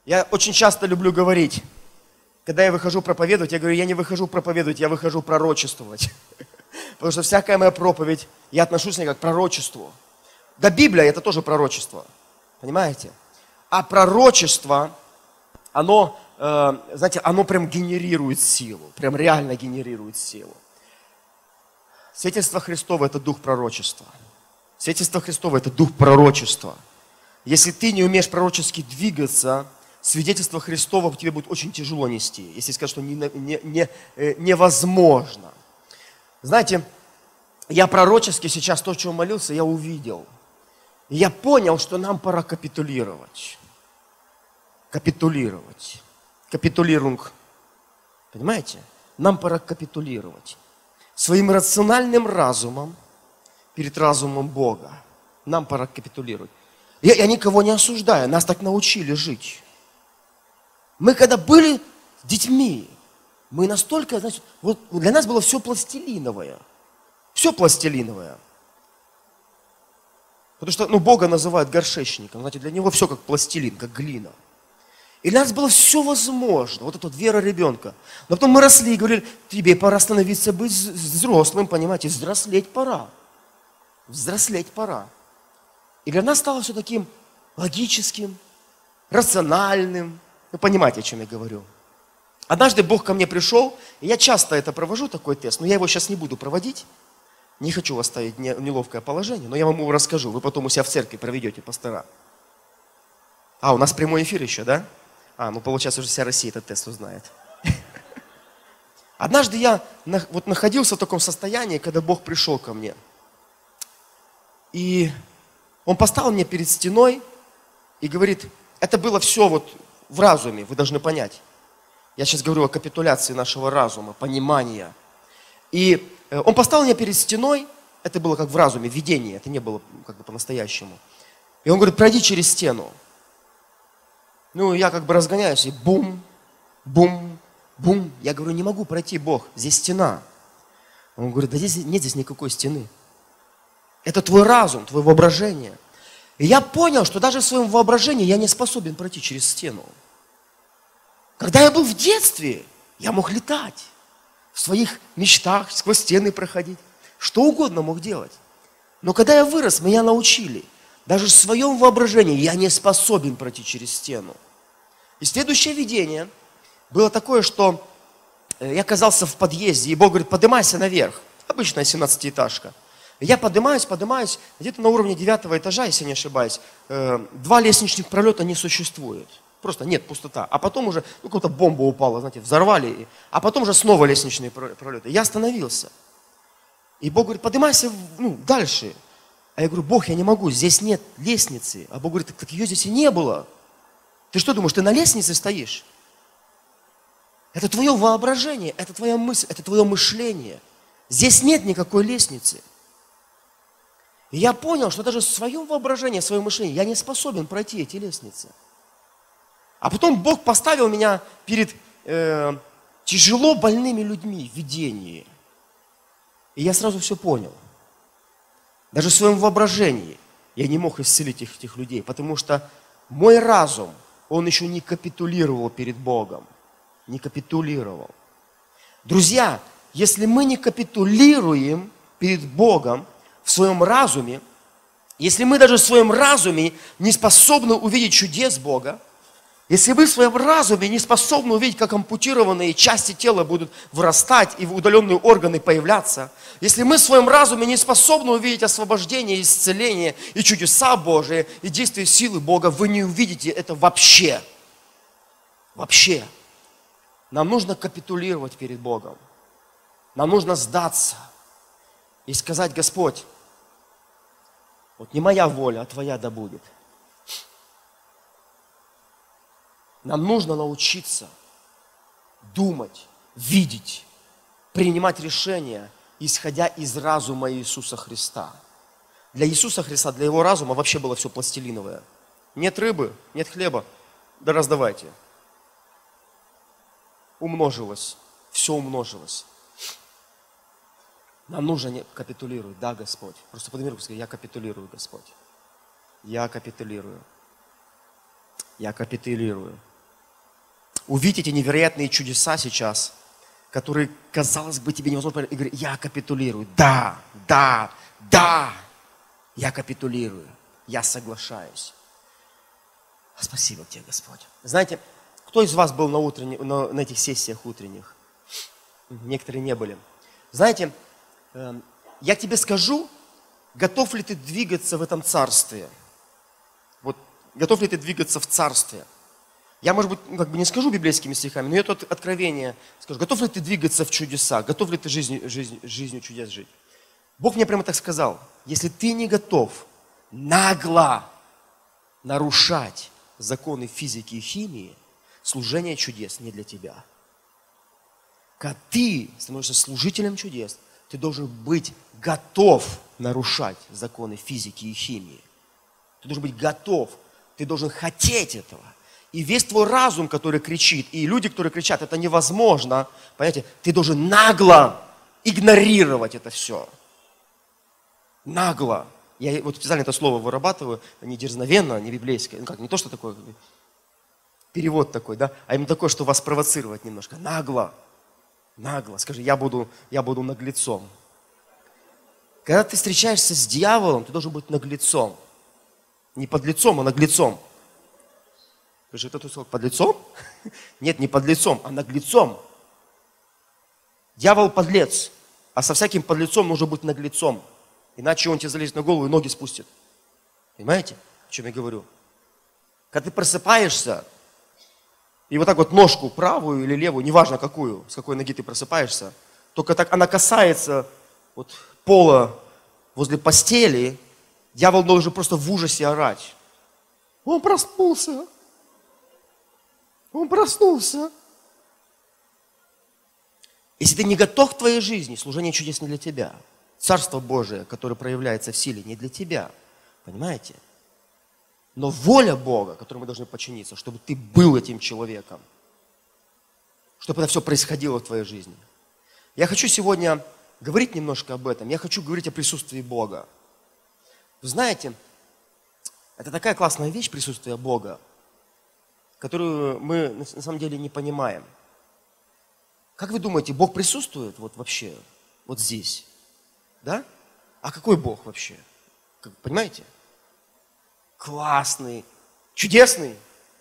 Я очень часто люблю говорить, когда я выхожу проповедовать, я говорю, я не выхожу проповедовать, я выхожу пророчествовать. Потому что всякая моя проповедь, я отношусь к ней как к пророчеству. Да Библия это тоже пророчество, понимаете? А пророчество, оно, знаете, оно прям генерирует силу, прям реально генерирует силу. Свидетельство Христово – это дух пророчества. Свидетельство Христово – это дух пророчества. Если ты не умеешь пророчески двигаться, свидетельство Христово тебе будет очень тяжело нести, если сказать, что невозможно. Знаете, я пророчески сейчас то, о чем молился, я увидел. И я понял, что нам пора капитулировать. Капитулировать. Капитулирунг. Понимаете? Нам пора капитулировать. Своим рациональным разумом перед разумом Бога. Нам пора капитулировать. Я никого не осуждаю, нас так научили жить. Мы когда были детьми, мы настолько, значит, вот для нас было все пластилиновое. Все пластилиновое. Потому что, Бога называют горшечником. Знаете, для него все как пластилин, как глина. И для нас было все возможно. Вот эта вот вера ребенка. Но потом мы росли и говорили, тебе пора становиться быть взрослым, понимаете, взрослеть пора. Взрослеть пора. И для нас стало все таким логическим, рациональным. Вы понимаете, о чем я говорю. Однажды Бог ко мне пришел, и я часто это провожу, такой тест, но я его сейчас не буду проводить. Не хочу вас ставить в неловкое положение, но я вам его расскажу. Вы потом у себя в церкви проведете пастора. У нас прямой эфир еще, да? Получается, уже вся Россия этот тест узнает. Однажды я находился в таком состоянии, когда Бог пришел ко мне. И Он поставил меня перед стеной и говорит, это было все вот в разуме, вы должны понять. Я сейчас говорю о капитуляции нашего разума, понимания. И Он поставил меня перед стеной, это было как в разуме, видение, это не было как бы по-настоящему. И Он говорит, пройди через стену. Я как бы разгоняюсь, и бум, бум, бум. Я говорю, не могу пройти, Бог, здесь стена. Он говорит, да нет здесь никакой стены. Это твой разум, твое воображение. И я понял, что даже в своем воображении я не способен пройти через стену. Когда я был в детстве, я мог летать. В своих мечтах, сквозь стены проходить. Что угодно мог делать. Но когда я вырос, меня научили. Даже в своем воображении я не способен пройти через стену. И следующее видение было такое, что я оказался в подъезде, и Бог говорит, поднимайся наверх. Обычная 17-этажка. Я поднимаюсь, где-то на уровне 9 этажа, если не ошибаюсь, 2 лестничных пролета не существует. Просто нет, пустота. А потом уже, какая-то бомба упала, знаете, взорвали. А потом уже снова лестничные пролеты. Я остановился. И Бог говорит, поднимайся дальше. А я говорю, Бог, я не могу, здесь нет лестницы. А Бог говорит, так ее здесь и не было. Ты что думаешь, ты на лестнице стоишь? Это твое воображение, это твоя мысль, это твое мышление. Здесь нет никакой лестницы. И я понял, что даже в своем воображении, в своем мышлении я не способен пройти эти лестницы. А потом Бог поставил меня перед тяжело больными людьми в видении. И я сразу все понял. Даже в своем воображении я не мог исцелить этих людей, потому что мой разум, он еще не капитулировал перед Богом. Не капитулировал. Друзья, если мы не капитулируем перед Богом в своем разуме, если мы даже в своем разуме не способны увидеть чудес Бога, если вы в своем разуме не способны увидеть, как ампутированные части тела будут вырастать и удаленные органы появляться, если мы в своем разуме не способны увидеть освобождение, исцеление и чудеса Божии, и действие силы Бога, вы не увидите это вообще. Вообще. Нам нужно капитулировать перед Богом. Нам нужно сдаться и сказать, Господь, вот не моя воля, а Твоя да будет. Нам нужно научиться думать, видеть, принимать решения, исходя из разума Иисуса Христа. Для Иисуса Христа, для Его разума вообще было все пластилиновое. Нет рыбы, нет хлеба, да раздавайте. Умножилось, все умножилось. Нам нужно капитулировать, да, Господь. Просто подними руку и скажи, я капитулирую, Господь. Я капитулирую. Я капитулирую. увидеть эти невероятные чудеса сейчас, которые, казалось бы, тебе невозможно понять, и говорить: я капитулирую. Да, да, да, я капитулирую, я соглашаюсь. Спасибо тебе, Господь. Знаете, кто из вас был на этих сессиях утренних? Некоторые не были. Знаете, я тебе скажу, готов ли ты двигаться в этом царстве? Вот, готов ли ты двигаться в царстве? Я, может быть, не скажу библейскими стихами, но это откровение скажу. Готов ли ты двигаться в чудеса? Готов ли ты жизнью чудес жить? Бог мне прямо так сказал: если ты не готов нагло нарушать законы физики и химии, служение чудес не для тебя. Когда ты становишься служителем чудес, ты должен быть готов нарушать законы физики и химии. Ты должен быть готов, ты должен хотеть этого. И весь твой разум, который кричит, и люди, которые кричат: это невозможно, понимаете, ты должен нагло игнорировать это все. Нагло. Я вот специально это слово вырабатываю, не дерзновенно, не библейское. Ну как, не то, что такое, перевод такой, да, а именно такое, что вас провоцировать немножко. Нагло. Нагло. Скажи: я буду наглецом. Когда ты встречаешься с дьяволом, ты должен быть наглецом. Не подлецом, а наглецом. Скажи: это ты сказал подлецом? Нет, не подлецом, а наглецом. Дьявол подлец, а со всяким подлецом нужно быть наглецом. Иначе он тебе залезет на голову и ноги спустит. Понимаете, о чем я говорю? Когда ты просыпаешься, и вот так вот ножку правую или левую, неважно какую, с какой ноги ты просыпаешься, только так она касается вот пола возле постели, дьявол должен просто в ужасе орать. Он проснулся. Он проснулся. Если ты не готов к твоей жизни, служение чудес не для тебя. Царство Божие, которое проявляется в силе, не для тебя. Понимаете? Но воля Бога, которой мы должны подчиниться, чтобы ты был этим человеком. Чтобы это все происходило в твоей жизни. Я хочу сегодня говорить немножко об этом. Я хочу говорить о присутствии Бога. Вы знаете, это такая классная вещь, присутствие Бога, которую мы на самом деле не понимаем. Как вы думаете, Бог присутствует вот вообще, вот здесь? Да? А какой Бог вообще? Понимаете? Классный, чудесный,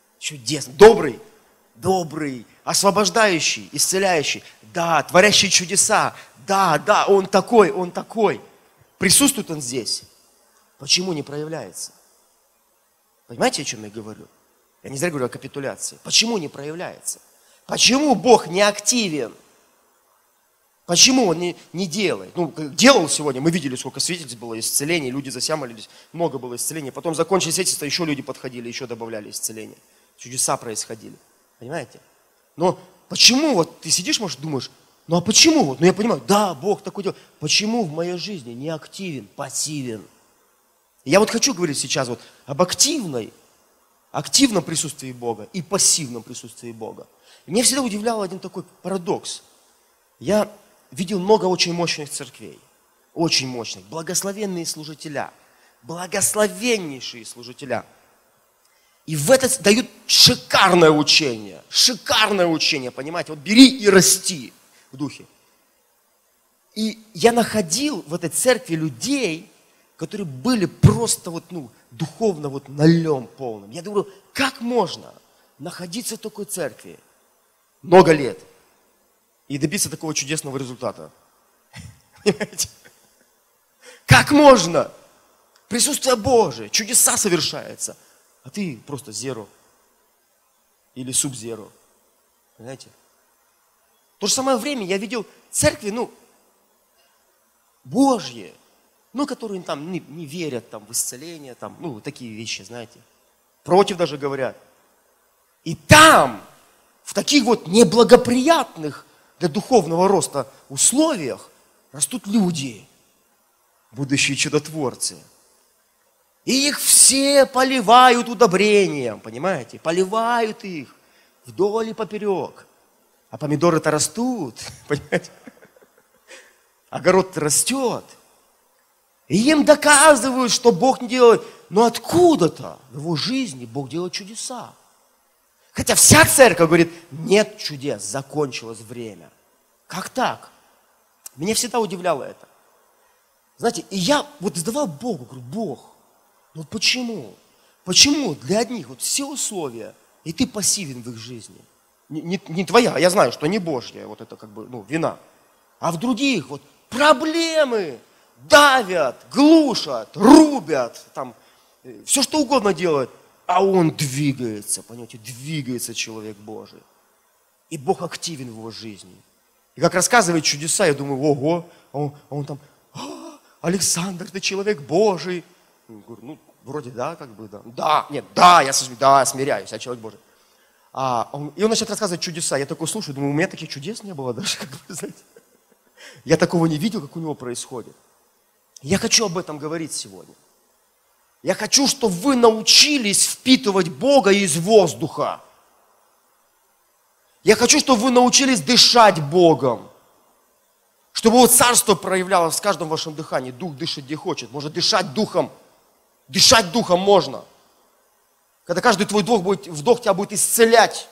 добрый, освобождающий, исцеляющий, да, творящий чудеса, да, Он такой. Присутствует Он здесь. Почему не проявляется? Понимаете, о чем я говорю? Я не зря говорю о капитуляции. Почему не проявляется? Почему Бог не активен? Почему Он не делает? Ну, делал сегодня, мы видели, сколько свидетельств было исцелений, люди засямолились, много было исцелений. Потом закончились свидетельства, еще люди подходили, еще добавляли исцеления. Чудеса происходили. Понимаете? Но почему вот ты сидишь, может, думаешь: ну а почему? Вот, ну я понимаю, да, Бог такой делает. Почему в моей жизни не активен, пассивен? Я вот хочу говорить сейчас вот об активном присутствии Бога и пассивном присутствии Бога. И меня всегда удивлял один такой парадокс. Я видел много очень мощных церквей, очень мощных, благословенные служителя, благословеннейшие служителя. И в это дают шикарное учение, понимаете, вот бери и расти в духе. И я находил в этой церкви людей, которые были просто вот, духовно вот налем полным. Я думаю, как можно находиться в такой церкви много лет и добиться такого чудесного результата? Понимаете? Как можно? Присутствие Божие, чудеса совершаются, а ты просто зеро или суб-зеро. Понимаете? В то же самое время я видел церкви, Божьи, которые там не верят в исцеление, такие вещи, знаете. Против даже говорят. И там, в таких вот неблагоприятных для духовного роста условиях, растут люди, будущие чудотворцы. И их все поливают удобрением, понимаете? Поливают их вдоль и поперек. А помидоры-то растут, понимаете? Огород-то растет. И им доказывают, что Бог не делает. Но откуда-то в его жизни Бог делает чудеса. Хотя вся церковь говорит, нет чудес, закончилось время. Как так? Меня всегда удивляло это. Знаете, и я вот задавал Богу, говорю, Бог, ну почему? Почему для одних вот все условия, и ты пассивен в их жизни? Не твоя, я знаю, что не Божья, вот это как бы, вина. А в других вот проблемы, давят, глушат, рубят, там, все что угодно делают, а он двигается, понимаете, двигается человек Божий. И Бог активен в его жизни. И как рассказывает чудеса, я думаю, ого, он там, Александр, ты человек Божий. Я говорю, вроде да, как бы да. Я смиряюсь, я человек Божий. И он начинает рассказывать чудеса. Я такой слушаю, думаю, у меня таких чудес не было даже, как бы, знаете. Я такого не видел, как у него происходит. Я хочу об этом говорить сегодня. Я хочу, чтобы вы научились впитывать Бога из воздуха. Я хочу, чтобы вы научились дышать Богом. Чтобы вот царство проявлялось в каждом вашем дыхании. Дух дышит где хочет. Может дышать духом. Дышать духом можно. Когда каждый твой вдох тебя будет исцелять.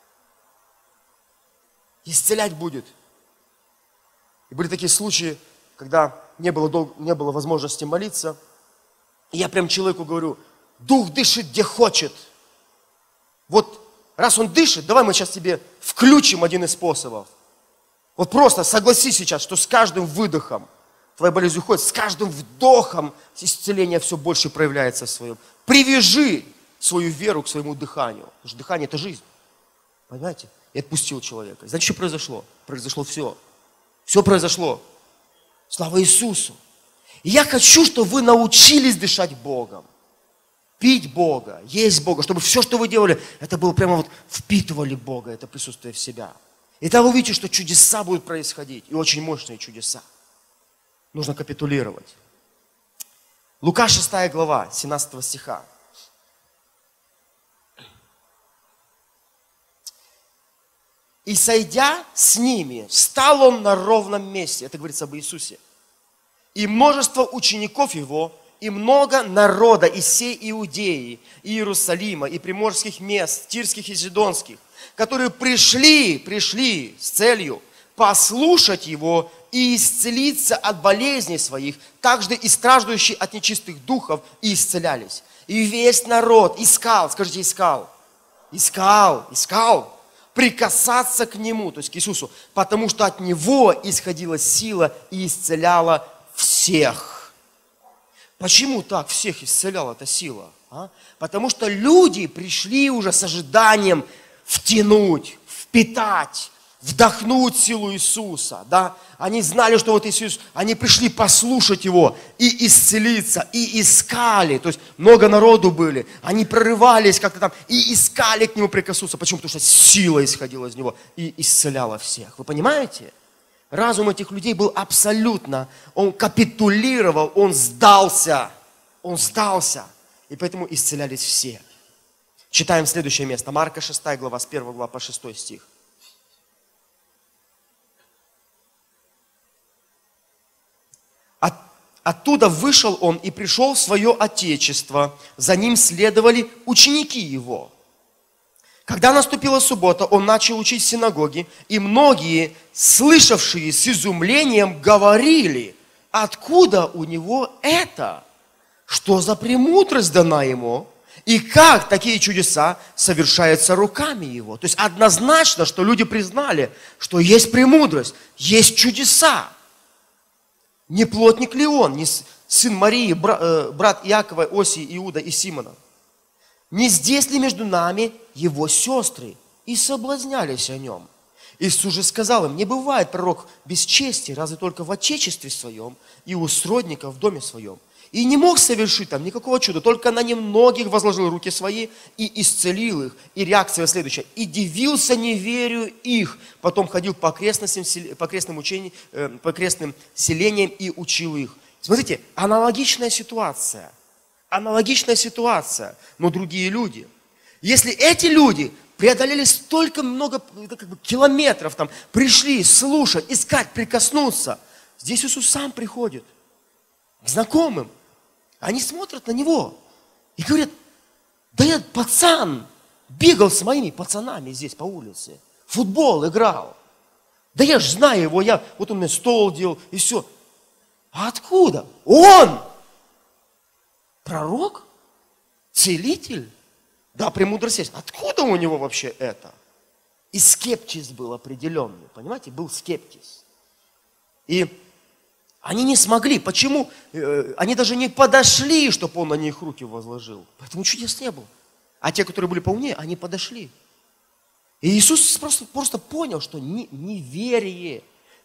Исцелять будет. И были такие случаи, когда не было возможности молиться. И я прям человеку говорю, дух дышит где хочет. Вот раз он дышит, давай мы сейчас тебе включим один из способов. Вот просто согласись сейчас, что с каждым выдохом твоя болезнь уходит, с каждым вдохом исцеление все больше проявляется в своем. Привяжи свою веру к своему дыханию. Потому что дыхание – это жизнь. Понимаете? И отпустил человека. Знаете, что произошло? Произошло все. Все произошло. Слава Иисусу. И я хочу, чтобы вы научились дышать Богом. Пить Бога, есть Бога. Чтобы все, что вы делали, это было прямо вот впитывали Бога, это присутствие в себя. И тогда вы увидите, что чудеса будут происходить. И очень мощные чудеса. Нужно капитулировать. Лука 6 глава, 17 стиха. И сойдя с ними, встал он на ровном месте. Это говорится об Иисусе. И множество учеников его, и много народа из всей Иудеи, и Иерусалима, и приморских мест, тирских и зидонских, которые пришли с целью послушать его и исцелиться от болезней своих, также и страждущие от нечистых духов, и исцелялись. И весь народ искал, скажите, искал, прикасаться к Нему, то есть к Иисусу, потому что от Него исходила сила и исцеляла всех. Почему так всех исцеляла эта сила? Потому что люди пришли уже с ожиданием втянуть, впитать, вдохнуть силу Иисуса. Да? Они знали, что вот Иисус, они пришли послушать Его и исцелиться, и искали. То есть много народу были, они прорывались как-то там и искали к Нему прикоснуться. Почему? Потому что сила исходила из Него и исцеляла всех. Вы понимаете? Разум этих людей был абсолютно, он капитулировал, он сдался. И поэтому исцелялись все. Читаем следующее место. Марка 6 глава, с 1 глава по 6 стих. Оттуда вышел он и пришел в свое отечество. За ним следовали ученики его. Когда наступила суббота, он начал учить в синагоге, и многие, слышавшие с изумлением, говорили, откуда у него это? Что за премудрость дана ему? И как такие чудеса совершаются руками его? То есть однозначно, что люди признали, что есть премудрость, есть чудеса. Не плотник ли он, не сын Марии, брат Иакова, Осии, Иуда и Симона? Не здесь ли между нами его сестры? И соблазнялись о нем. Иисус же сказал им, не бывает пророк без чести, разве только в отечестве своем и у сродников в доме своем. И не мог совершить там никакого чуда, только на немногих возложил руки свои и исцелил их. И реакция следующая. И дивился неверию их. Потом ходил по окрестным селениям и учил их. Смотрите, аналогичная ситуация, но другие люди. Если эти люди преодолели столько много километров, там, пришли слушать, искать, прикоснуться, здесь Иисус сам приходит к знакомым. Они смотрят на Него и говорят, да я пацан, бегал с моими пацанами здесь по улице, в футбол играл. Да я ж знаю его, вот он мне стол делал и все. А откуда? Он! Пророк? Целитель? Да, премудрость есть. Откуда у него вообще это? И скепсис был определенный, понимаете, был скепсис. И они не смогли. Почему? Они даже не подошли, чтобы он на них руки возложил. Поэтому чудес не было. А те, которые были поумнее, они подошли. И Иисус просто понял, что неверие.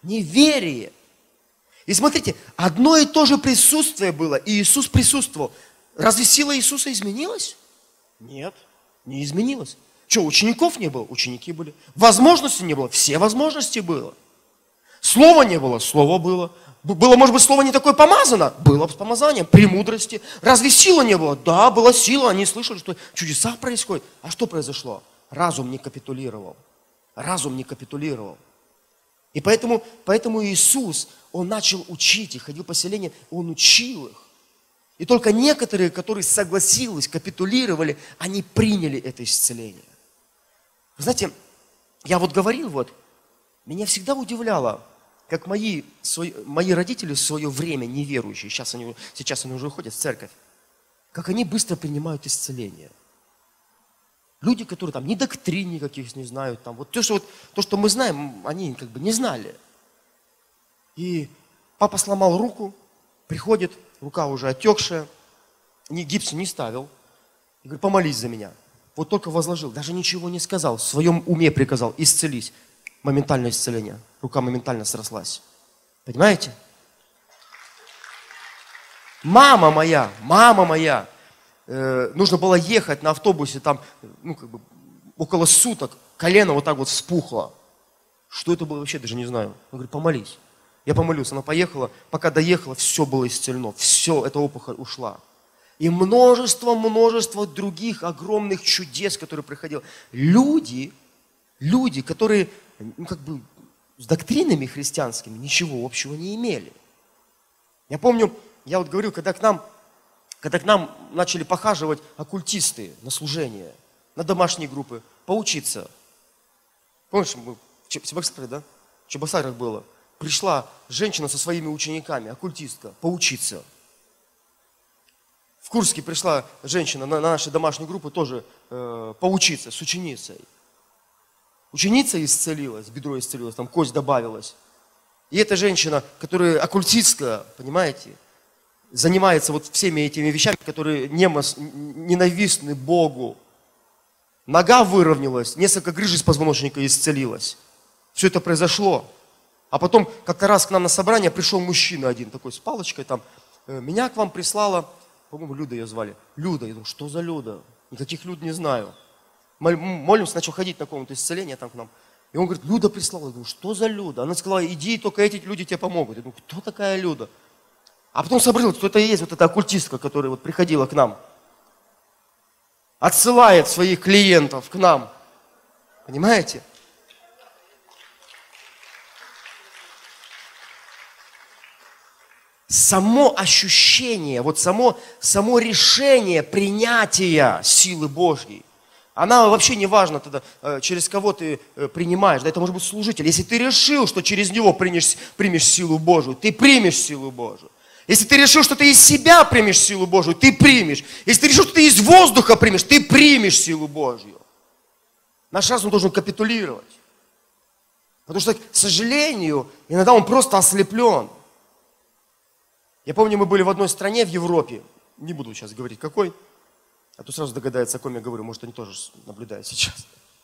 И смотрите, одно и то же присутствие было, и Иисус присутствовал. Разве сила Иисуса изменилась? Нет, не изменилась. Что, учеников не было? Ученики были. Возможностей не было? Все возможности было. Слова не было? Слово было. Было, может быть, слово не такое помазано? Было с помазанием, премудрости. Разве силы не было? Да, была сила. Они слышали, что чудеса происходят. А что произошло? Разум не капитулировал. И поэтому Иисус, Он начал учить их, ходил по селению, Он учил их. И только некоторые, которые согласились, капитулировали, они приняли это исцеление. Вы знаете, я вот говорил, меня всегда удивляло, как мои родители в свое время неверующие, сейчас они уже уходят в церковь, как они быстро принимают исцеление. Люди, которые там ни доктрин никаких не знают, то, что мы знаем, они как бы не знали. И папа сломал руку, приходит, рука уже отекшая, гипс не ставил. И говорит, помолись за меня. Вот только возложил, даже ничего не сказал, в своем уме приказал, исцелись. Моментальное исцеление. Рука моментально срослась. Понимаете? Мама моя, нужно было ехать на автобусе, около суток, колено вот так вот вспухло. Что это было вообще, даже не знаю. Он говорит, помолись. Я помолился, она поехала, пока доехала, все было исцелено, все, эта опухоль ушла. И множество других огромных чудес, которые приходили. Люди, которые, с доктринами христианскими ничего общего не имели. Я помню, я вот говорю, когда к нам начали похаживать оккультисты на служение, на домашние группы, поучиться. Помнишь, мы в Чебоксарах, да? В Чебоксарах было. Пришла женщина со своими учениками, оккультистка, поучиться. В Курске пришла женщина на наши домашние группы тоже поучиться с ученицей. Ученица исцелилась, бедро исцелилось, там кость добавилась. И эта женщина, которая оккультистская, понимаете, занимается вот всеми этими вещами, которые ненавистны Богу. Нога выровнялась, несколько грыж из позвоночника исцелилась. Все это произошло. А потом как-то раз к нам на собрание пришел мужчина один, такой с палочкой там. Меня к вам прислала, по-моему, Люда ее звали. Люда. Я думаю, что за Люда? Никаких Люд не знаю. Молимся, начал ходить на какое-то исцеление там к нам. И он говорит, Люда прислала. Я думаю, что за Люда? Она сказала, иди, только эти люди тебе помогут. Я думаю, кто такая Люда? А потом сообразил, что это и есть вот эта оккультистка, которая вот приходила к нам. Отсылает своих клиентов к нам. Понимаете? Само ощущение, само решение принятия силы Божьей, она вообще не важна тогда, через кого ты принимаешь. Да, это может быть служитель. Если ты решил, что через него примешь силу Божию, ты примешь силу Божию. Если ты решил, что ты из себя примешь силу Божию, ты примешь. Если ты решил, что ты из воздуха примешь, ты примешь силу Божью. Наш разум должен капитулировать. Потому что, к сожалению, иногда он просто ослеплен. Я помню, мы были в одной стране в Европе. Не буду сейчас говорить, какой. А то сразу догадается, о ком я говорю. Может, они тоже наблюдают сейчас.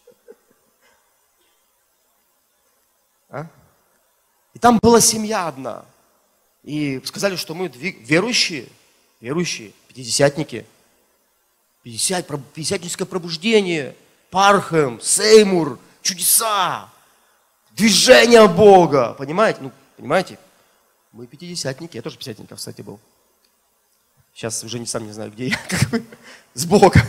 И там была семья одна. И сказали, что мы верующие, пятидесятники. Пятидесятническое пробуждение, Пархем, Сеймур, чудеса, движение Бога. Понимаете? Понимаете? Мы пятидесятники. Я тоже пятидесятников, кстати, был. Сейчас уже сам не знаю, где я. С Богом.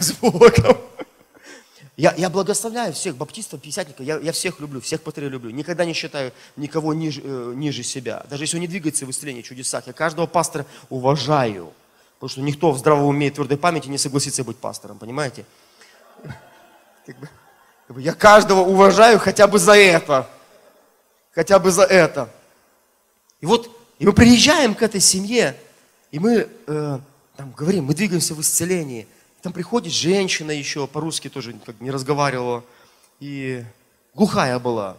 Я благословляю всех баптистов, пятидесятников. Я всех люблю, всех пастырей люблю. Никогда не считаю никого ниже себя. Даже если он не двигается в исцелении, чудесах. Я каждого пастора уважаю. Потому что никто в здравом уме и твердой памяти не согласится быть пастором. Понимаете? Я каждого уважаю хотя бы за это. Хотя бы за это. И мы приезжаем к этой семье, и мы там говорим, мы двигаемся в исцелении. Там приходит женщина еще, по-русски тоже не разговаривала, и глухая была.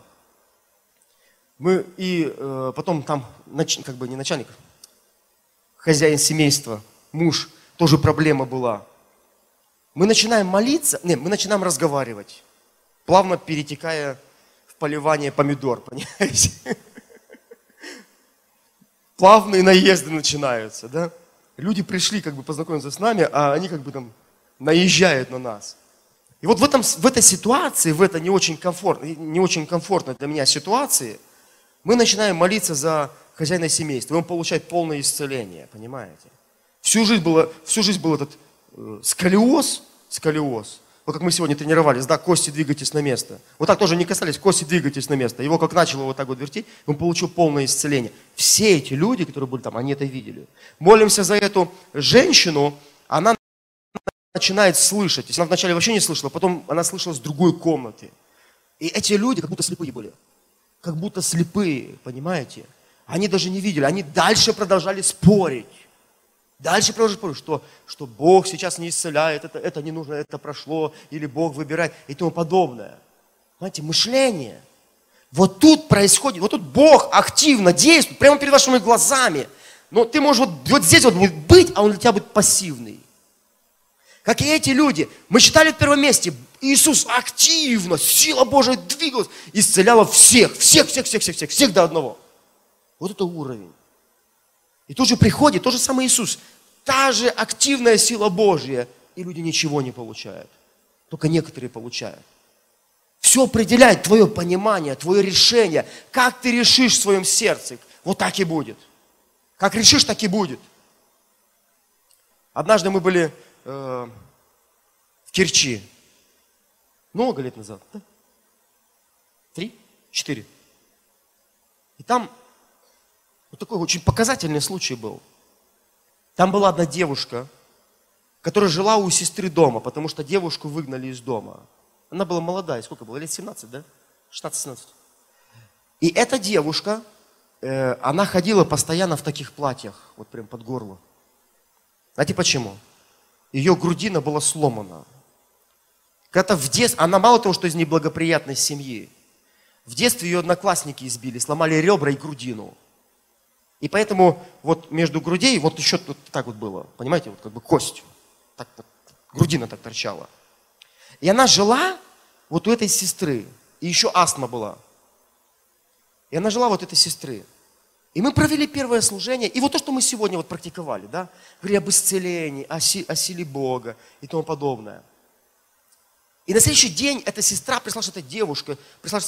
Потом там, не начальник, хозяин семейства, муж, тоже проблема была. Мы начинаем молиться, мы начинаем разговаривать, плавно перетекая в поливание помидор, понимаете? Плавные наезды начинаются, да? Люди пришли познакомиться с нами, а они там наезжают на нас. И вот в этой ситуации, в этой не очень комфортной для меня ситуации, мы начинаем молиться за хозяина семейства, и он получает полное исцеление, понимаете? Всю жизнь был этот сколиоз. Вот как мы сегодня тренировались, да, кости двигайтесь на место. Вот так тоже не касались, кости двигайтесь на место. Его как начало вот так вот вертеть, он получил полное исцеление. Все эти люди, которые были там, они это видели. Молимся за эту женщину, она начинает слышать. Если она вначале вообще не слышала, потом она слышала с другой комнаты. И эти люди как будто слепые были. Как будто слепые, понимаете? Они даже не видели, они дальше продолжали спорить. Дальше продолжали спорить, что Бог сейчас не исцеляет, это не нужно, это прошло, или Бог выбирает и тому подобное. Понимаете, мышление. Вот тут происходит, вот тут Бог активно действует, прямо перед вашими глазами. Но ты можешь вот здесь вот быть, а он для тебя будет пассивный. Как и эти люди. Мы читали в первом месте, Иисус активно, сила Божия двигалась, исцеляла всех до одного. Вот это уровень. И тут же приходит тот же самый Иисус, та же активная сила Божья, и люди ничего не получают. Только некоторые получают. Все определяет твое понимание, твое решение. Как ты решишь в своем сердце, вот так и будет. Как решишь, так и будет. Однажды мы были в Керчи. Много лет назад, да? 3, 4. И там вот такой очень показательный случай был. Там была одна девушка, которая жила у сестры дома, потому что девушку выгнали из дома. Она была молодая, сколько было? Лет 17, да? 16-17. И эта девушка, она ходила постоянно в таких платьях, вот прям под горло. Знаете почему? Ее грудина была сломана. Когда-то в детстве, она мало того, что из неблагоприятной семьи, в детстве ее одноклассники избили, сломали ребра и грудину. И поэтому вот между грудей, вот еще вот так вот было, понимаете, вот как бы кость, так, грудина так торчала. И она жила вот у этой сестры, и еще астма была. И она жила вот этой сестры. И мы провели первое служение, и вот то, что мы сегодня вот практиковали, да, говорили об исцелении, о силе Бога и тому подобное. И на следующий день эта сестра пришла с этой девушкой, пришла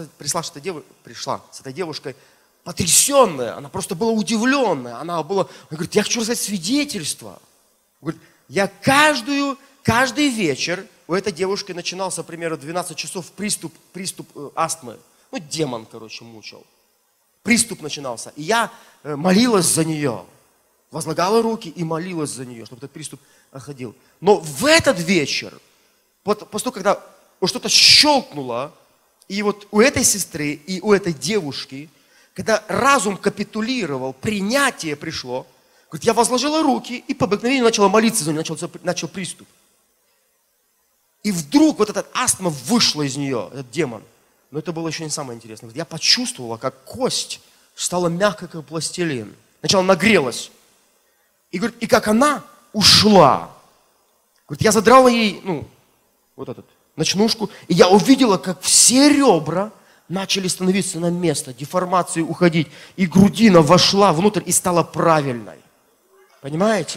с этой девушкой потрясенная, она просто была удивленная, она говорит, я хочу рассказать свидетельство. Говорит, я каждый вечер у этой девушки начинался примерно 12 часов приступ астмы. Ну, демон, мучил. Приступ начинался. И я молилась за нее. Возлагала руки и молилась за нее, чтобы этот приступ отходил. Но в этот вечер, после того, когда что-то щелкнуло, и вот у этой сестры и у этой девушки, когда разум капитулировал, принятие пришло, говорит, я возложила руки и по обыкновению начала молиться за нее, начал приступ. И вдруг вот эта астма вышла из нее, этот демон. Но это было еще не самое интересное. Я почувствовала, как кость стала мягкой, как пластилин. Сначала нагрелась. И, говорит, и как она ушла. Говорит, я задрала ей, вот эту ночнушку, и я увидела, как все ребра начали становиться на место, деформации уходить. И грудина вошла внутрь и стала правильной. Понимаете?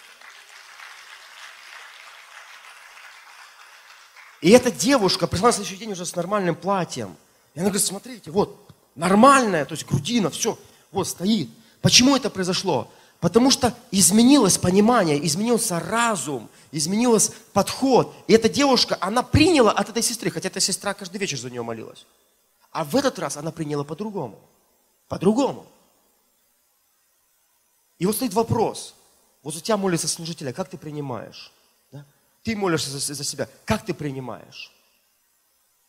И эта девушка пришла на следующий день уже с нормальным платьем. И она говорит, смотрите, вот, нормальная, то есть грудина, все, вот стоит. Почему это произошло? Потому что изменилось понимание, изменился разум, изменился подход. И эта девушка, она приняла от этой сестры, хотя эта сестра каждый вечер за нее молилась. А в этот раз она приняла по-другому. По-другому. И вот стоит вопрос. Вот у тебя молится служитель, а как ты принимаешь? Ты молишься за себя. Как ты принимаешь?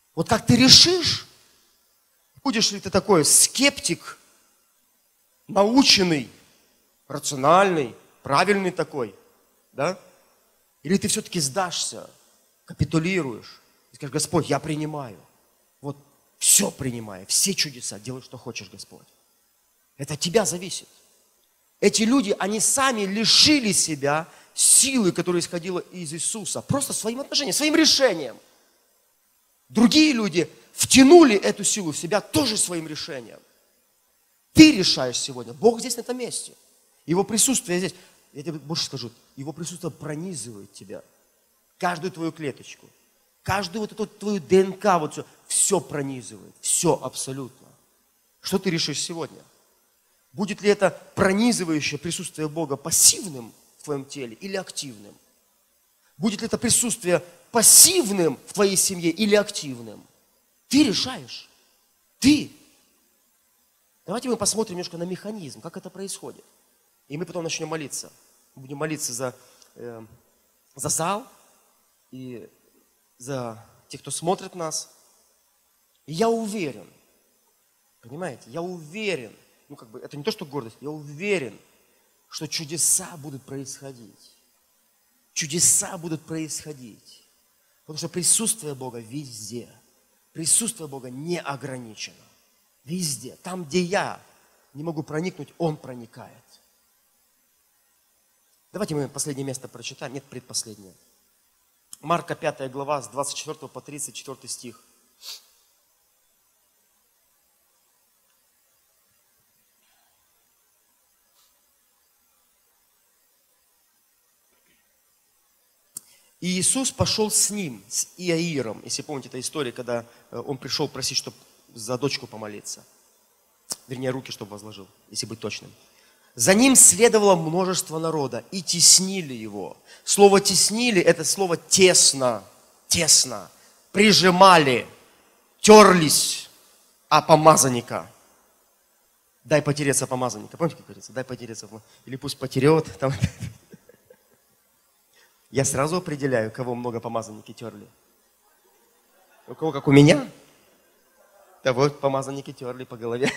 Вот как ты решишь, будешь ли ты такой скептик, наученный, рациональный, правильный такой, да? Или ты все-таки сдашься, капитулируешь и скажешь: Господь, я принимаю. Вот все принимаю, все чудеса, делай, что хочешь, Господь. Это от тебя зависит. Эти люди, они сами лишили себя силы, которая исходила из Иисуса, просто своим отношением, своим решением. Другие люди втянули эту силу в себя тоже своим решением. Ты решаешь сегодня. Бог здесь, на этом месте. Его присутствие здесь. Я тебе больше скажу. Его присутствие пронизывает тебя. Каждую твою клеточку. Каждую вот эту твою ДНК. Вот все пронизывает. Все абсолютно. Что ты решишь сегодня? Будет ли это пронизывающее присутствие Бога пассивным в твоем теле или активным? Будет ли это присутствие пассивным в твоей семье или активным? Ты решаешь. Ты. Давайте мы посмотрим немножко на механизм, как это происходит. И мы потом начнем молиться. Мы будем молиться за зал и за тех, кто смотрит нас. И я уверен, понимаете, я уверен, это не то, что гордость, я уверен, что чудеса будут происходить. Чудеса будут происходить. Потому что присутствие Бога везде. Присутствие Бога не ограничено. Везде. Там, где я не могу проникнуть, Он проникает. Давайте мы последнее место прочитаем. Нет, предпоследнее. Марка 5 глава с 24 по 34 стих. И Иисус пошел с ним, с Иаиром. Если помните, это история, когда он пришел просить, чтобы за дочку помолиться. Вернее, руки, чтобы возложил, если быть точным. За ним следовало множество народа, и теснили его. Слово «теснили» – это слово «тесно», «тесно». Прижимали, терлись о помазанника. Дай потереться помазанника. Помните, как говорится? Дай потереться. Или пусть потерет. Там. Я сразу определяю, кого много помазанники терли. У кого, как у меня, того помазанники терли по голове.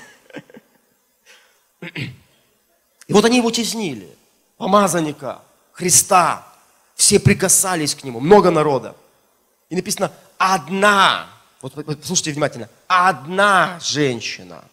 И вот они его теснили. Помазанника, Христа. Все прикасались к нему. Много народа. И написано одна. Вот послушайте внимательно. Одна женщина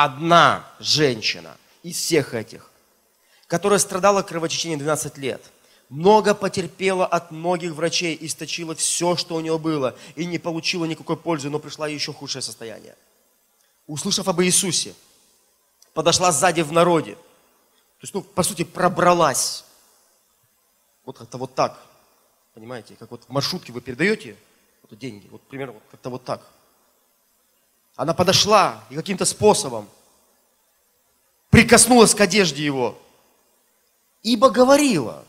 из всех этих, которая страдала кровотечением 12 лет. Много потерпела от многих врачей, источила все, что у нее было, и не получила никакой пользы, но пришла еще худшее состояние. Услышав об Иисусе, подошла сзади в народе. То есть, по сути, пробралась. Вот как-то вот так. Понимаете, как вот в маршрутке вы передаете вот деньги, вот примерно как-то вот так. Она подошла и каким-то способом прикоснулась к одежде его, ибо говорила,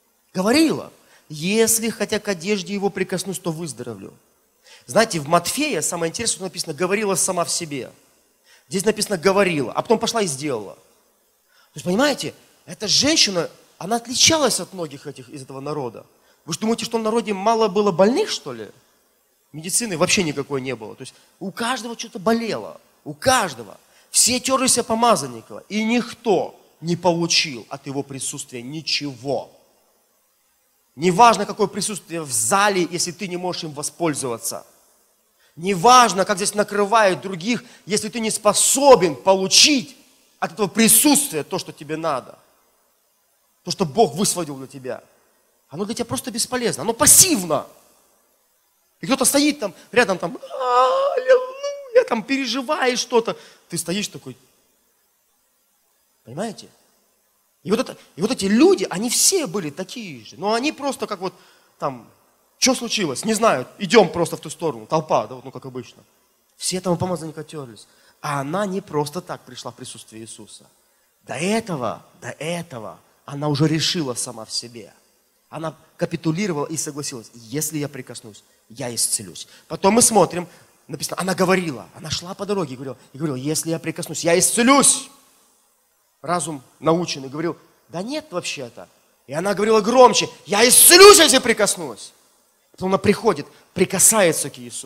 если хотя к одежде его прикоснусь, то выздоровлю. Знаете, в Матфея самое интересное, что написано, говорила сама в себе. Здесь написано говорила, а потом пошла и сделала. То есть, понимаете, эта женщина, она отличалась от многих из этого народа. Вы же думаете, что в народе мало было больных, что ли? Медицины вообще никакой не было. То есть у каждого что-то болело. У каждого. Все терлись о помазанника. И никто не получил от его присутствия ничего. Неважно, какое присутствие в зале, если ты не можешь им воспользоваться. Неважно, как здесь накрывают других, если ты не способен получить от этого присутствия то, что тебе надо. То, что Бог высвободил для тебя. Оно для тебя просто бесполезно. Оно пассивно. И кто-то стоит там, рядом там, аллилуйя, там переживает что-то. Ты стоишь такой. Понимаете? И вот эти люди, они все были такие же. Но они просто как вот там, что случилось? Не знаю, идем просто в ту сторону. Толпа, да, вот, как обычно. Все там помазанника терлись. А она не просто так пришла в присутствие Иисуса. До этого она уже решила сама в себе. Она капитулировала и согласилась. Если я прикоснусь, я исцелюсь. Потом мы смотрим, написано, она говорила, она шла по дороге и говорила, если я прикоснусь, я исцелюсь. Разум наученный говорил, да нет вообще-то. И она говорила громче, я исцелюсь, если прикоснусь. Потом она приходит, прикасается к Иисусу.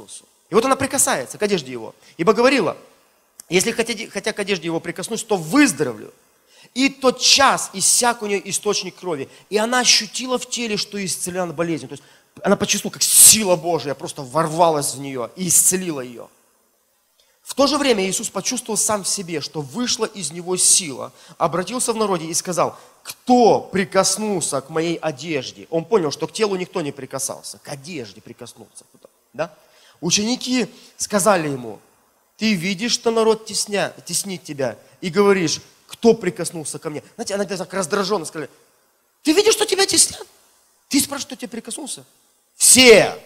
И вот она прикасается к одежде его. Ибо говорила, если хотя к одежде его прикоснусь, то выздоровлю. И тот час иссяк у нее источник крови. И она ощутила в теле, что исцелена болезнь. То есть она почувствовала, как сила Божия просто ворвалась в нее и исцелила ее. В то же время Иисус почувствовал сам в себе, что вышла из него сила, обратился в народе и сказал, кто прикоснулся к моей одежде? Он понял, что к телу никто не прикасался, к одежде прикоснулся. Да? Ученики сказали ему, ты видишь, что народ теснит тебя, и говоришь, кто прикоснулся ко мне? Знаете, она так раздраженно сказала, ты видишь, что тебя теснят? Ты спрашиваешь, кто тебе прикоснулся? Все.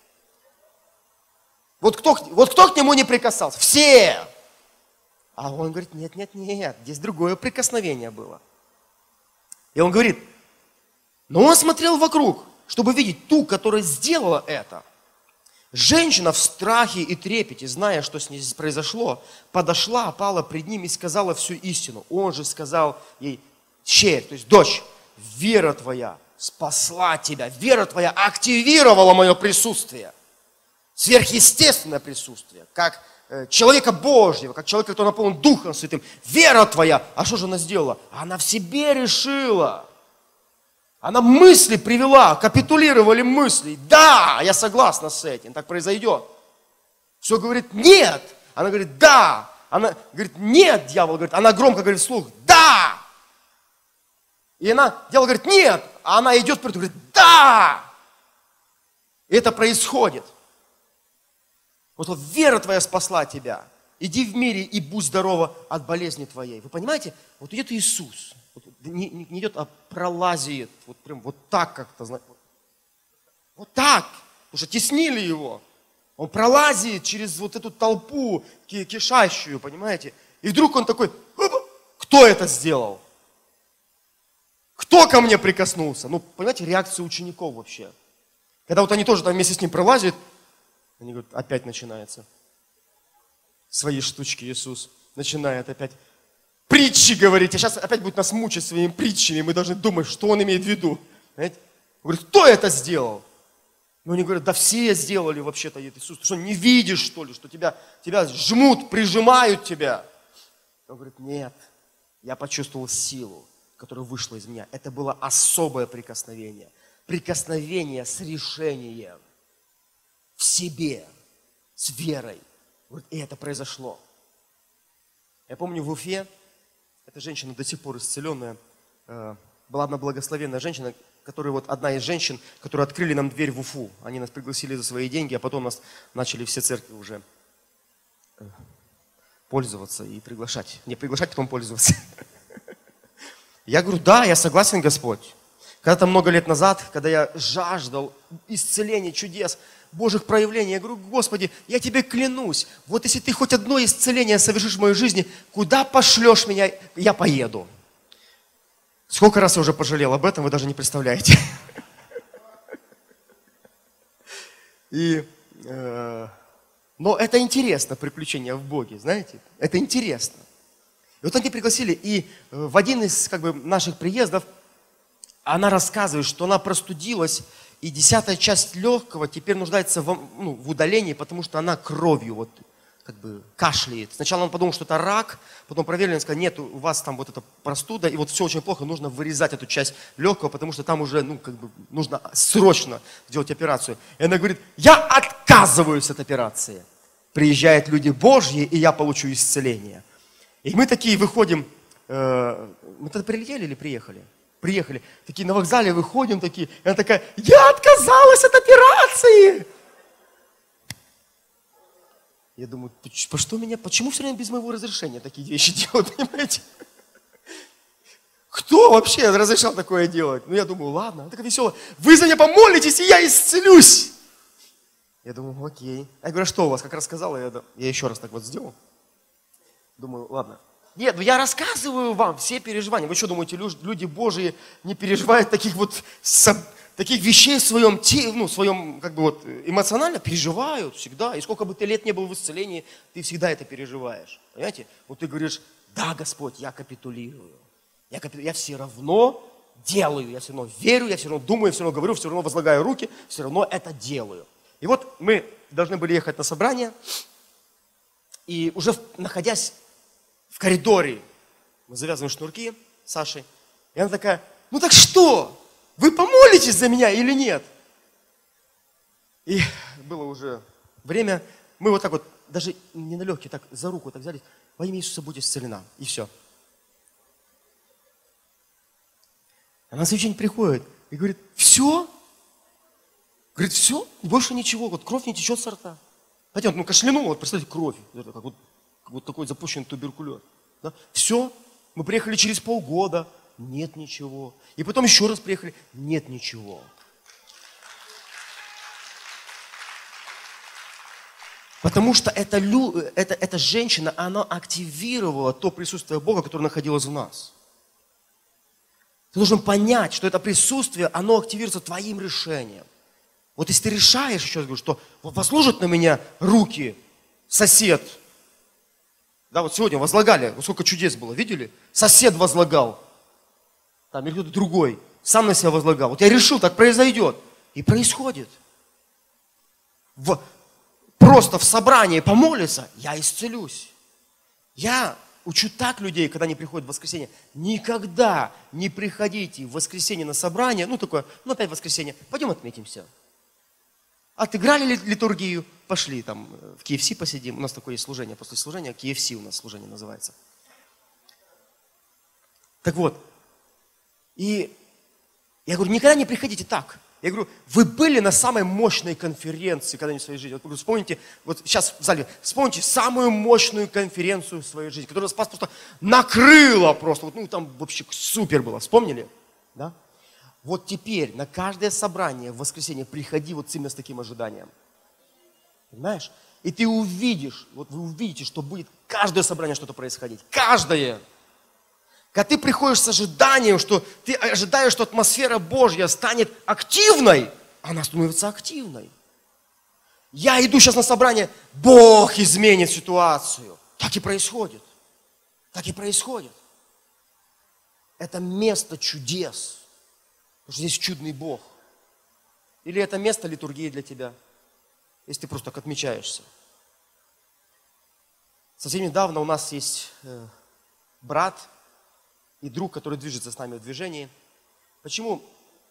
Вот кто к нему не прикасался? Все. А он говорит, нет, здесь другое прикосновение было. И он говорит, но он смотрел вокруг, чтобы видеть ту, которая сделала это. Женщина в страхе и трепете, зная, что с ней произошло, подошла, пала пред ним и сказала всю истину. Он же сказал ей, черь, то есть дочь, вера твоя спасла тебя, вера твоя активировала мое присутствие. Сверхъестественное присутствие, как человека Божьего, как человека, который наполнен Духом Святым. Вера твоя, а что же она сделала? Она в себе решила. Она мысли привела, капитулировали мысли. Да, я согласна с этим, так произойдет. Все говорит нет. Она говорит да. Она говорит нет, дьявол говорит. Она громко говорит вслух да. И дьявол говорит нет. А она идет вперед и говорит да. И это происходит. Вот вера твоя спасла тебя. Иди в мире и будь здорова от болезни твоей. Вы понимаете? Вот идет Иисус. Не идет, а пролазит. Вот прям вот так как-то. Вот так. Потому что теснили его. Он пролазит через вот эту толпу кишащую, понимаете? И вдруг он такой, кто это сделал? Кто ко мне прикоснулся? Ну, понимаете, реакция учеников вообще. Когда вот они тоже там вместе с ним пролазят, они говорят, опять начинается. Свои штучки Иисус начинает опять притчи говорить. А сейчас опять будет нас мучить своими притчами. Мы должны думать, что он имеет в виду. Знаете? Он говорит, кто это сделал? Ну, они говорят, да все сделали вообще-то Иисус. Ты что, не видишь, что ли, что тебя жмут, прижимают тебя? Он говорит, нет, я почувствовал силу, которая вышла из меня. Это было особое прикосновение. Прикосновение с решением в себе, с верой. И это произошло. Я помню в Уфе, эта женщина до сих пор исцеленная, была одна благословенная женщина, которая вот одна из женщин, которые открыли нам дверь в Уфу. Они нас пригласили за свои деньги, а потом нас начали все церкви уже пользоваться и приглашать. Не приглашать, потом пользоваться. Я говорю, да, я согласен, Господь. Когда-то много лет назад, когда я жаждал исцеления, чудес, Божьих проявлений, я говорю, Господи, я Тебе клянусь, вот если Ты хоть одно исцеление совершишь в моей жизни, куда пошлешь меня, я поеду. Сколько раз я уже пожалел об этом, вы даже не представляете. Но это интересно, приключение в Боге, знаете, это интересно. И вот они пригласили, и в один из наших приездов она рассказывает, что она простудилась, и 10-я часть легкого теперь нуждается в удалении, потому что она кровью кашляет. Сначала он подумал, что это рак, потом проверили, он сказал, нет, у вас там вот эта простуда, и вот все очень плохо, нужно вырезать эту часть легкого, потому что там уже, нужно срочно сделать операцию. И она говорит, я отказываюсь от операции. Приезжают люди Божьи, и я получу исцеление. И мы такие выходим, мы тогда прилетели или приехали? Приехали, такие на вокзале выходим, такие, и она такая, я отказалась от операции. Я думаю, почему все время без моего разрешения такие вещи делают, понимаете? Кто вообще разрешал такое делать? Ну, я думаю, ладно, она такая веселая, вы за меня помолитесь, и я исцелюсь. Я думаю, окей. Я говорю, а что у вас, как рассказала, я еще раз так вот сделал. Думаю, ладно. Нет, я рассказываю вам все переживания. Вы что думаете, люди Божьи не переживают таких вещей в своем эмоционально? Переживают всегда. И сколько бы ты лет не был в исцелении, ты всегда это переживаешь. Понимаете? Вот ты говоришь, да, Господь, я капитулирую. Я все равно делаю, я все равно верю, я все равно думаю, я все равно говорю, все равно возлагаю руки, все равно это делаю. И вот мы должны были ехать на собрание, и уже находясь в коридоре, мы завязываем шнурки с Сашей, и она такая: ну так что, вы помолитесь за меня или нет? И было уже время, мы вот так вот, даже не на легкие, так за руку так взяли: во имя Иисуса будь исцелена. И все. Она на следующий день приходит и говорит: все? Говорит: все? Больше ничего, вот кровь не течет со рта. Знаете, он кашлянул, вот представьте, кровь, как вот такой запущенный туберкулез. Да? Все, мы приехали через полгода, нет ничего. И потом еще раз приехали, нет ничего. Потому что эта женщина, она активировала то присутствие Бога, которое находилось в нас. Ты должен понять, что это присутствие, оно активируется твоим решением. Вот если ты решаешь, еще раз говорю, что возложит на меня руки сосед. Да, вот сегодня возлагали, вот сколько чудес было, видели? Сосед возлагал. Там, или кто-то другой. Сам на себя возлагал. Вот я решил, так произойдет. И происходит. Просто в собрании помолиться, я исцелюсь. Я учу так людей, когда они приходят в воскресенье: никогда не приходите в воскресенье на собрание, опять воскресенье, пойдем отметимся. Отыграли литургию, пошли там в KFC посидим. У нас такое есть служение, после служения KFC у нас служение называется. Так вот, и я говорю: никогда не приходите так. Я говорю: вы были на самой мощной конференции когда-нибудь в своей жизни? Вот вспомните, вот сейчас в зале, вспомните самую мощную конференцию в своей жизни, которая вас просто накрыла просто. Там вообще супер было. Вспомнили? Да? Вот теперь на каждое собрание в воскресенье приходи вот именно с таким ожиданием. Понимаешь? И ты увидишь, вот вы увидите, что будет каждое собрание что-то происходить. Каждое. Когда ты приходишь с ожиданием, что ты ожидаешь, что атмосфера Божья станет активной, она становится активной. Я иду сейчас на собрание, Бог изменит ситуацию. Так и происходит. Так и происходит. Это место чудес. Потому что здесь чудный Бог. Или это место литургии для тебя, если ты просто так отмечаешься. Совсем недавно у нас есть брат и друг, который движется с нами в движении. Почему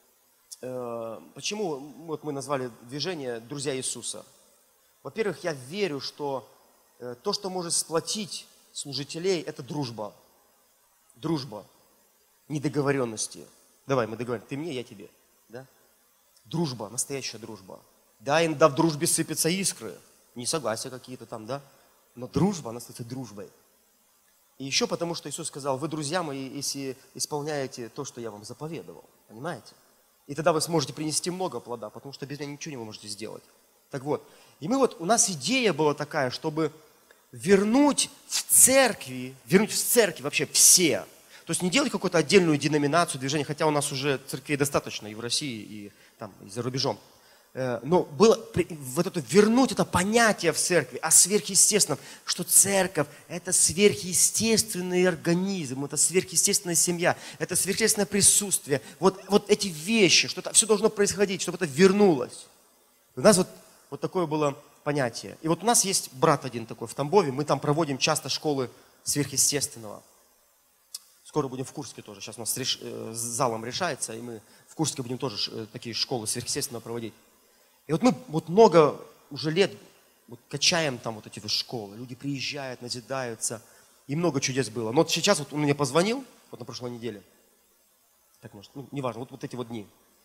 вот мы назвали движение «Друзья Иисуса»? Во-первых, я верю, что то, что может сплотить служителей, это дружба. Дружба. Недоговоренности. Давай, мы договоримся. Ты мне, я тебе. Да? Дружба, настоящая дружба. Да, иногда в дружбе сыпятся искры. Несогласия какие-то там, да? Но дружба, она становится дружбой. И еще потому, что Иисус сказал: вы, друзья мои, если исполняете то, что я вам заповедовал. Понимаете? И тогда вы сможете принести много плода, потому что без меня ничего не вы можете сделать. Так вот. И у нас идея была такая, чтобы вернуть в церкви вообще все. То есть не делать какую-то отдельную деноминацию, движение, хотя у нас уже церквей достаточно и в России, и там, и за рубежом. Но было вот это, вернуть это понятие в церкви о сверхъестественном, что церковь – это сверхъестественный организм, это сверхъестественная семья, это сверхъестественное присутствие. Вот эти вещи, что это все должно происходить, чтобы это вернулось. У нас вот такое было понятие. И вот у нас есть брат один такой в Тамбове, мы там проводим часто школы сверхъестественного. Скоро будем в Курске тоже, сейчас у нас с залом решается, и мы в Курске будем тоже такие школы сверхъестественного проводить. И вот мы много уже лет качаем там вот эти школы. Люди приезжают, назидаются. И много чудес было. Но вот сейчас он мне позвонил, на прошлой неделе. Так может, неважно, вот эти дни.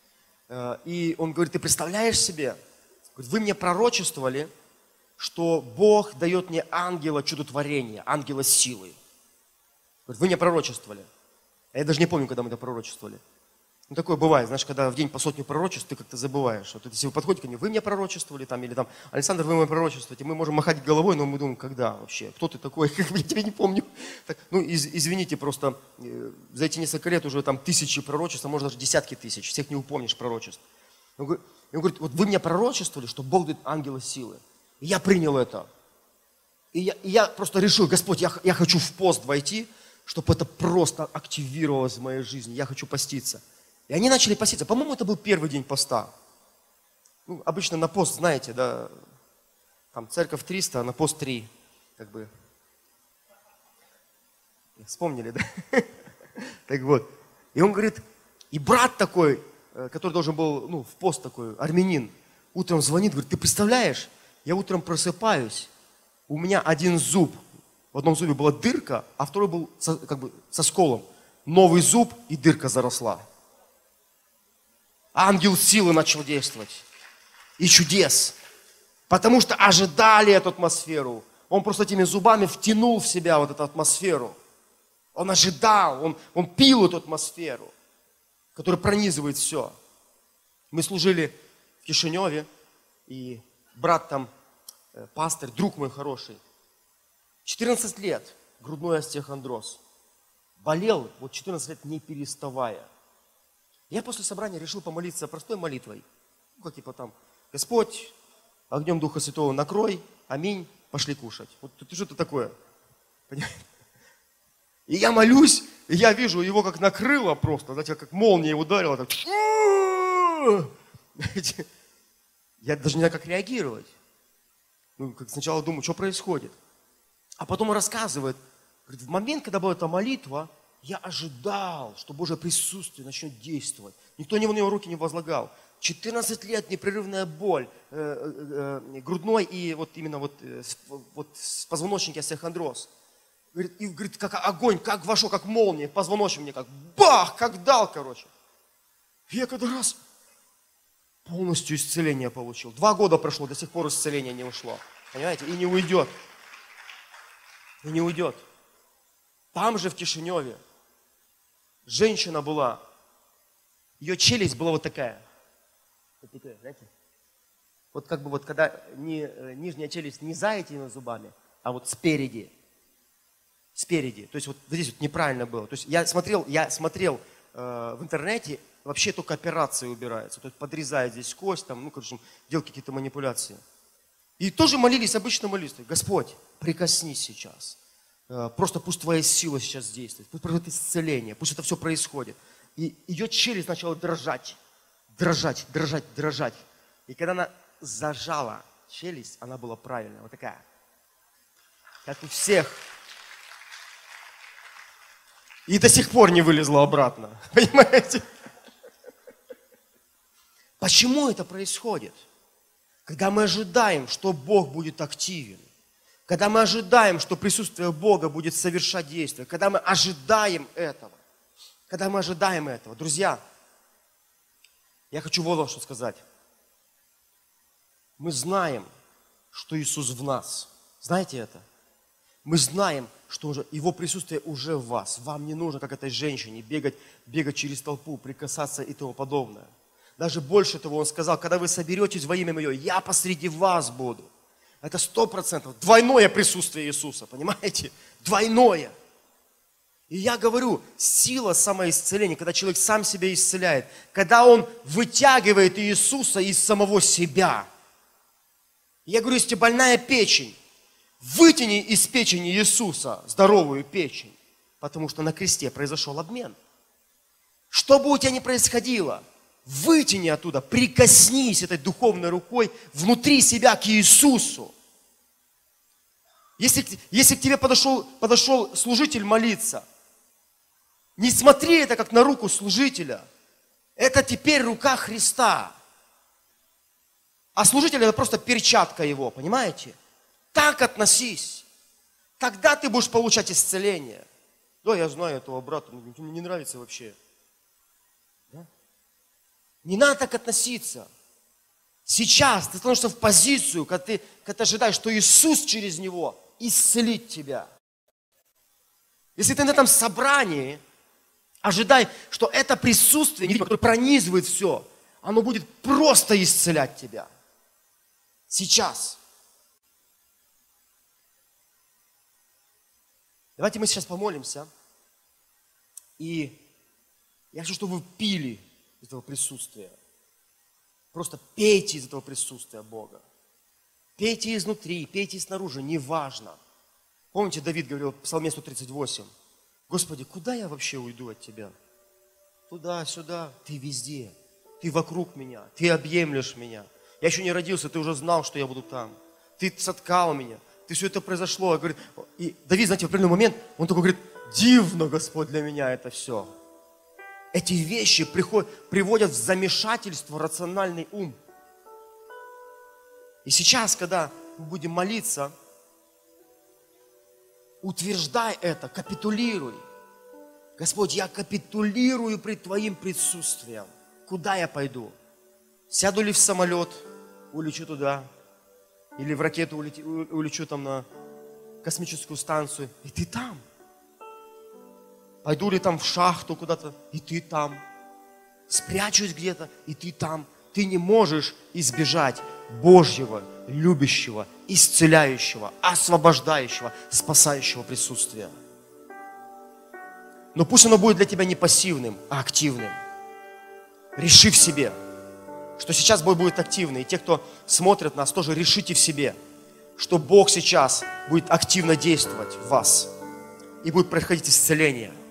И он говорит: ты представляешь себе, вы мне пророчествовали, что Бог дает мне ангела чудотворения, ангела силы. Говорит, вы мне пророчествовали. А я даже не помню, когда мы это пророчествовали. Такое бывает, знаешь, когда в день по 100 пророчеств ты как-то забываешь. Вот если вы подходите ко мне: вы мне пророчествовали, или там, Александр, вы мне пророчествуете, мы можем махать головой, но мы думаем: когда вообще? Кто ты такой? Я тебя не помню. Так, извините, просто за эти несколько лет уже там тысячи пророчеств, а может даже десятки тысяч, всех не упомнишь пророчеств. Он говорит: вот вы мне пророчествовали, что Бог дает ангела силы. И я принял это. И я просто решил: Господь, я хочу в пост войти, чтобы это просто активировалось в моей жизни. Я хочу поститься. И они начали поститься. По-моему, это был первый день поста. Ну, обычно на пост, знаете, да, там церковь 300, а на пост 3. Как бы. Вспомнили, да? Так вот. И он говорит, и брат такой, который должен был, ну, в пост такой, армянин, утром звонит, говорит, ты представляешь, я утром просыпаюсь, у меня один зуб, в одном зубе была дырка, а второй был как бы со сколом. Новый зуб, и дырка заросла. Ангел силы начал действовать. И чудес. Потому что ожидали эту атмосферу. Он просто этими зубами втянул в себя вот эту атмосферу. Он ожидал, он пил эту атмосферу, которая пронизывает все. Мы служили в Кишиневе, и брат там, пастырь, друг мой хороший, 14 лет, грудной остеохондроз. Болел вот 14 лет не переставая. Я после собрания решил помолиться простой молитвой. Ну, как типа там, Господь, огнем Духа Святого накрой, аминь, пошли кушать. Вот что-то такое. Понимаете? И я молюсь, и я вижу, его как накрыло просто, знаете, как молния ударила. Так. Я даже не знаю, как реагировать. Ну, как сначала думаю, что происходит. А потом он рассказывает, говорит, в момент, когда была эта молитва, я ожидал, что Божье присутствие начнет действовать. Никто на него руки не возлагал. 14 лет непрерывная боль, грудной и вот именно вот с позвоночника остеохондроз. Говорит, как огонь, как вошел, как молния, позвоночник мне как бах, как дал, короче. И я когда раз полностью исцеление получил. 2 года прошло, до сих пор исцеление не ушло. Понимаете? И не уйдет. И не уйдет. Там же в Кишиневе женщина была, ее челюсть была вот такая. Вот такая, знаете? Вот как бы вот когда нижняя челюсть не за этими зубами, а вот спереди. Спереди. То есть вот здесь вот неправильно было. То есть я смотрел в интернете, вообще только операции убираются. То есть подрезают здесь кость, там, ну, короче, делают какие-то манипуляции. И тоже молились, обычно молились. Господь, прикоснись сейчас. Просто пусть твоя сила сейчас действует. Пусть происходит исцеление. Пусть это все происходит. И ее челюсть начала дрожать. Дрожать, дрожать, дрожать. И когда она зажала челюсть, она была правильная. Вот такая. Как у всех. И до сих пор не вылезла обратно. Понимаете? Почему это происходит? Когда мы ожидаем, что Бог будет активен. Когда мы ожидаем, что присутствие Бога будет совершать действия. Когда мы ожидаем этого. Когда мы ожидаем этого. Друзья, я хочу вот что сказать. Мы знаем, что Иисус в нас. Знаете это? Мы знаем, что Его присутствие уже в вас. Вам не нужно, как этой женщине, бегать через толпу, прикасаться и тому подобное. Даже больше того, Он сказал, когда вы соберетесь во имя Мое, я посреди вас буду. Это 100%. Двойное присутствие Иисуса, понимаете? Двойное. И я говорю, сила самоисцеления, когда человек сам себя исцеляет, когда он вытягивает Иисуса из самого себя. Я говорю, если больная печень, вытяни из печени Иисуса здоровую печень, потому что на кресте произошел обмен. Что бы у тебя ни происходило, вытяни оттуда, прикоснись этой духовной рукой внутри себя к Иисусу. Если к тебе подошел служитель молиться, не смотри это как на руку служителя. Это теперь рука Христа. А служитель это просто перчатка его, понимаете? Так относись. Тогда ты будешь получать исцеление. Да, я знаю этого брата, мне не нравится вообще. Да? Не надо так относиться. Сейчас ты становишься в позицию, когда ты ожидаешь, что Иисус через него исцелит тебя. Если ты на этом собрании, ожидай, что это присутствие, которое пронизывает все, оно будет просто исцелять тебя. Сейчас. Давайте мы сейчас помолимся. И я хочу, чтобы вы пили из этого присутствия. Просто пейте из этого присутствия Бога. Пейте изнутри, пейте снаружи, неважно. Помните, Давид говорил в Псалме 138. Господи, куда я вообще уйду от Тебя? Туда, сюда, Ты везде. Ты вокруг меня, Ты объемлешь меня. Я еще не родился, ты уже знал, что я буду там. Ты соткал меня, ты все это произошло. И Давид, знаете, в определенный момент, он такой говорит, дивно, Господь, для меня это все. Эти вещи приводят в замешательство рациональный ум. И сейчас, когда мы будем молиться, утверждай это, капитулируй. Господь, я капитулирую пред Твоим присутствием. Куда я пойду? Сяду ли в самолет, улечу туда, или в ракету улечу там на космическую станцию, и Ты там. Пойду ли там в шахту куда-то, и Ты там. Спрячусь где-то, и Ты там. Ты не можешь избежать Божьего, любящего, исцеляющего, освобождающего, спасающего присутствия. Но пусть оно будет для тебя не пассивным, а активным. Реши в себе, что сейчас Бог будет активный. И те, кто смотрят нас, тоже решите в себе, что Бог сейчас будет активно действовать в вас. И будет происходить исцеление.